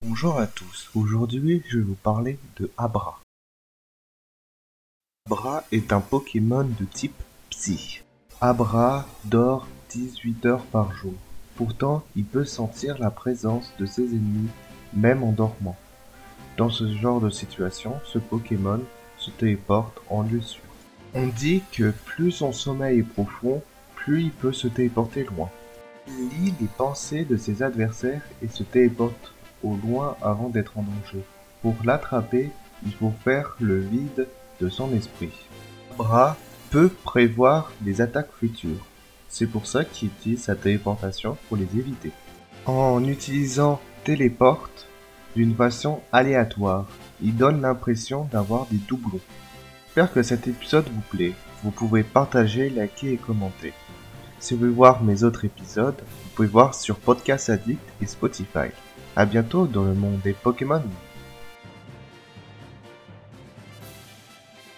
Bonjour à tous, aujourd'hui je vais vous parler de Abra. Abra est un Pokémon de type Psy. Abra dort 18 heures par jour. Pourtant, il peut sentir la présence de ses ennemis, même en dormant. Dans ce genre de situation, ce Pokémon se téléporte en lieu sûr. On dit que plus son sommeil est profond, plus il peut se téléporter loin. Il lit les pensées de ses adversaires et se téléporte au loin avant d'être en danger. Pour l'attraper, il faut faire le vide de son esprit. Abra peut prévoir les attaques futures. C'est pour ça qu'il utilise sa téléportation pour les éviter. En utilisant téléporte d'une façon aléatoire, il donne l'impression d'avoir des doublons. J'espère que cet épisode vous plaît. Vous pouvez partager, liker et commenter. Si vous voulez voir mes autres épisodes, vous pouvez voir sur Podcast Addict et Spotify. À bientôt dans le monde des Pokémon.